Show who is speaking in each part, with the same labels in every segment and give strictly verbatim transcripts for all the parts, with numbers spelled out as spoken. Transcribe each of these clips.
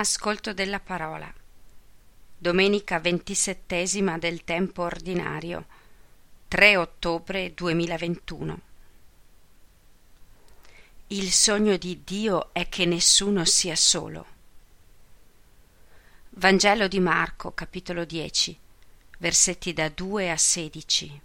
Speaker 1: Ascolto della parola. Domenica ventisettesima del tempo ordinario, tre ottobre duemilaventuno. Il sogno di Dio è che nessuno sia solo. Vangelo di Marco, capitolo dieci, versetti da due a sedici.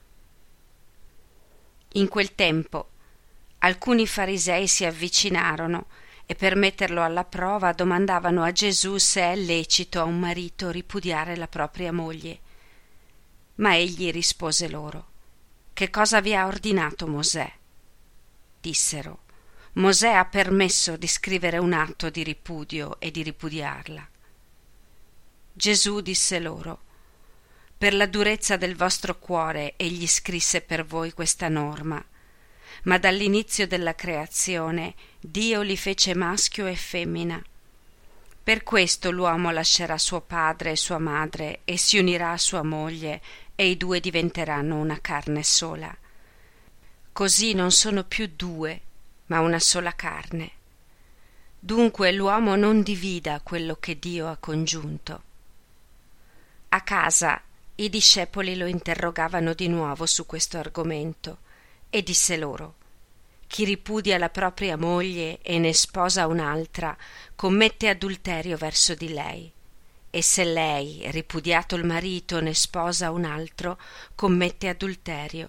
Speaker 1: In quel tempo alcuni farisei si avvicinarono e per metterlo alla prova domandavano a Gesù se è lecito a un marito ripudiare la propria moglie. Ma egli rispose loro: «Che cosa vi ha ordinato Mosè?» Dissero: «Mosè ha permesso di scrivere un atto di ripudio e di ripudiarla». Gesù disse loro: «Per la durezza del vostro cuore egli scrisse per voi questa norma. Ma dall'inizio della creazione Dio li fece maschio e femmina. Per questo l'uomo lascerà suo padre e sua madre e si unirà a sua moglie e i due diventeranno una carne sola. Così non sono più due, ma una sola carne. Dunque l'uomo non divida quello che Dio ha congiunto». A casa i discepoli lo interrogavano di nuovo su questo argomento e disse loro: «Chi ripudia la propria moglie e ne sposa un'altra commette adulterio verso di lei, e se lei, ripudiato il marito, ne sposa un altro, commette adulterio».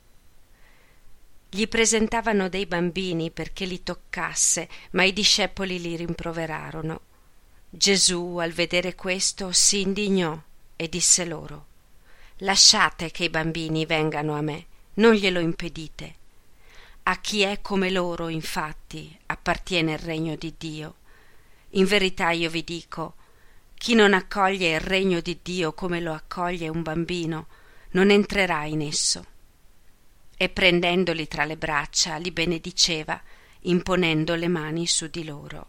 Speaker 1: Gli presentavano dei bambini perché li toccasse, ma i discepoli li rimproverarono. Gesù, al vedere questo, si indignò e disse loro: «Lasciate che i bambini vengano a me, non glielo impedite. A chi è come loro, infatti, appartiene il regno di Dio. In verità io vi dico, chi non accoglie il regno di Dio come lo accoglie un bambino, non entrerà in esso». E prendendoli tra le braccia li benediceva, imponendo le mani su di loro.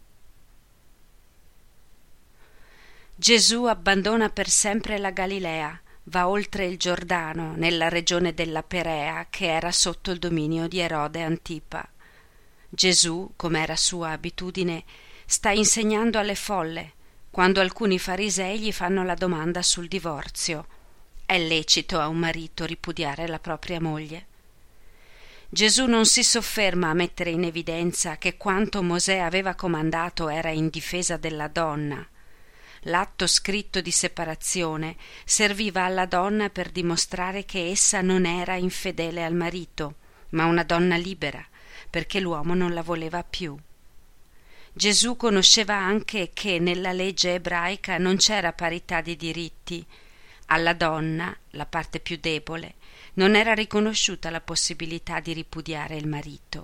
Speaker 1: Gesù abbandona per sempre la Galilea, va oltre il Giordano, nella regione della Perea, che era sotto il dominio di Erode Antipa. Gesù, come era sua abitudine, sta insegnando alle folle, quando alcuni farisei gli fanno la domanda sul divorzio: è lecito a un marito ripudiare la propria moglie? Gesù non si sofferma a mettere in evidenza che quanto Mosè aveva comandato era in difesa della donna. L'atto scritto di separazione serviva alla donna per dimostrare che essa non era infedele al marito, ma una donna libera, perché l'uomo non la voleva più. Gesù conosceva anche che nella legge ebraica non c'era parità di diritti. Alla donna, la parte più debole, non era riconosciuta la possibilità di ripudiare il marito.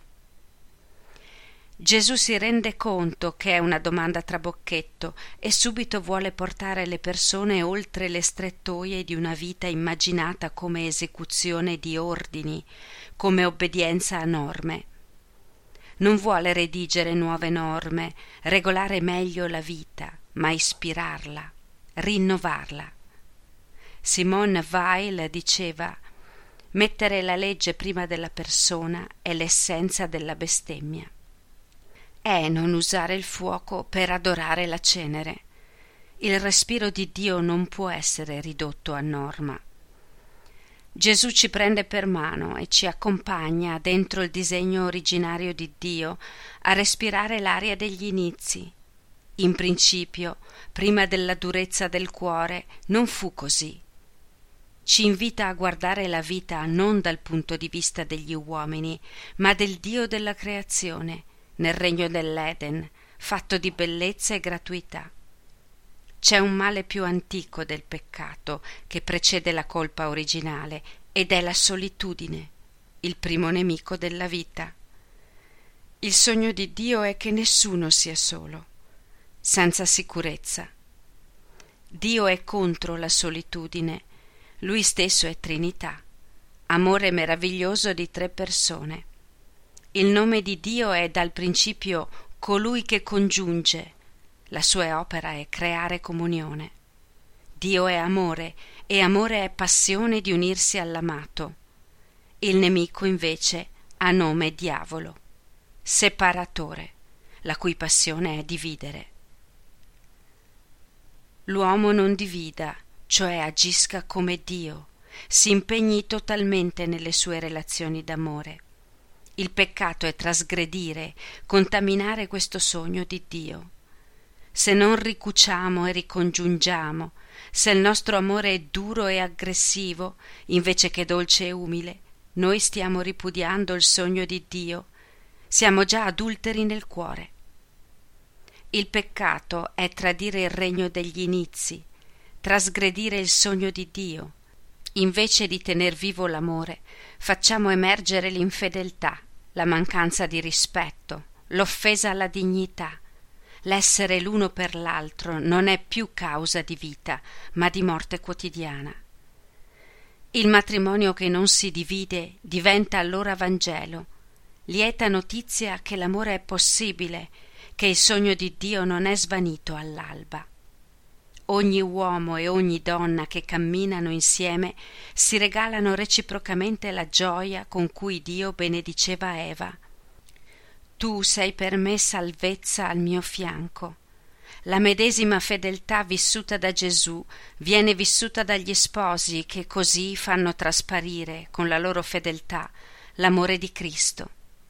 Speaker 1: Gesù si rende conto che è una domanda trabocchetto e subito vuole portare le persone oltre le strettoie di una vita immaginata come esecuzione di ordini, come obbedienza a norme. Non vuole redigere nuove norme, regolare meglio la vita, ma ispirarla, rinnovarla. Simone Weil diceva: «Mettere la legge prima della persona è l'essenza della bestemmia». È non usare il fuoco per adorare la cenere. Il respiro di Dio non può essere ridotto a norma. Gesù ci prende per mano e ci accompagna dentro il disegno originario di Dio a respirare l'aria degli inizi. In principio, prima della durezza del cuore, non fu così. Ci invita a guardare la vita non dal punto di vista degli uomini, ma del Dio della creazione, nel regno dell'Eden, fatto di bellezza e gratuità. C'è un male più antico del peccato che precede la colpa originale, ed è la solitudine, il primo nemico della vita. Il sogno di Dio è che nessuno sia solo, senza sicurezza. Dio è contro la solitudine, Lui stesso è Trinità, amore meraviglioso di tre persone. Il nome di Dio è dal principio colui che congiunge. La sua opera è creare comunione. Dio è amore e amore è passione di unirsi all'amato. Il nemico invece ha nome diavolo, separatore, la cui passione è dividere. L'uomo non divida, cioè agisca come Dio, si impegni totalmente nelle sue relazioni d'amore. Il peccato è trasgredire, contaminare questo sogno di Dio. Se non ricuciamo e ricongiungiamo, se il nostro amore è duro e aggressivo, invece che dolce e umile, noi stiamo ripudiando il sogno di Dio, siamo già adulteri nel cuore. Il peccato è tradire il regno degli inizi, trasgredire il sogno di Dio. Invece di tener vivo l'amore, facciamo emergere l'infedeltà, la mancanza di rispetto, l'offesa alla dignità. L'essere l'uno per l'altro non è più causa di vita, ma di morte quotidiana. Il matrimonio che non si divide diventa allora Vangelo, lieta notizia che l'amore è possibile, che il sogno di Dio non è svanito all'alba. Ogni uomo e ogni donna che camminano insieme si regalano reciprocamente la gioia con cui Dio benediceva Eva. Tu sei per me salvezza al mio fianco. La medesima fedeltà vissuta da Gesù viene vissuta dagli sposi che così fanno trasparire con la loro fedeltà l'amore di Cristo.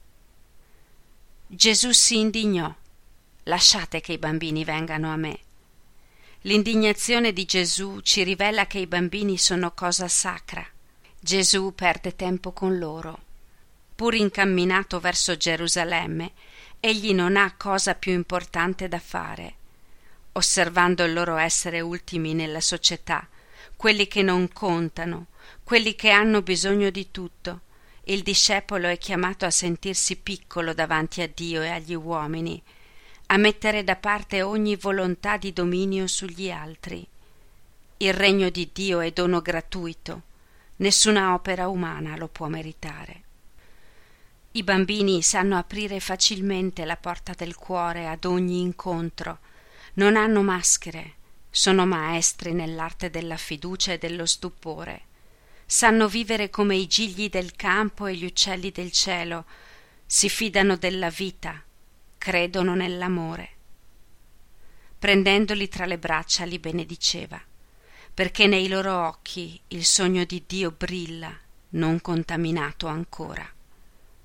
Speaker 1: Gesù si indignò. Lasciate che i bambini vengano a me. L'indignazione di Gesù ci rivela che i bambini sono cosa sacra. Gesù perde tempo con loro. Pur incamminato verso Gerusalemme, egli non ha cosa più importante da fare. Osservando il loro essere ultimi nella società, quelli che non contano, quelli che hanno bisogno di tutto, il discepolo è chiamato a sentirsi piccolo davanti a Dio e agli uomini, a mettere da parte ogni volontà di dominio sugli altri. Il regno di Dio è dono gratuito, nessuna opera umana lo può meritare. I bambini sanno aprire facilmente la porta del cuore ad ogni incontro, non hanno maschere, sono maestri nell'arte della fiducia e dello stupore, sanno vivere come i gigli del campo e gli uccelli del cielo, si fidano della vita, credono nell'amore. Prendendoli tra le braccia li benediceva, perché nei loro occhi il sogno di Dio brilla, non contaminato ancora.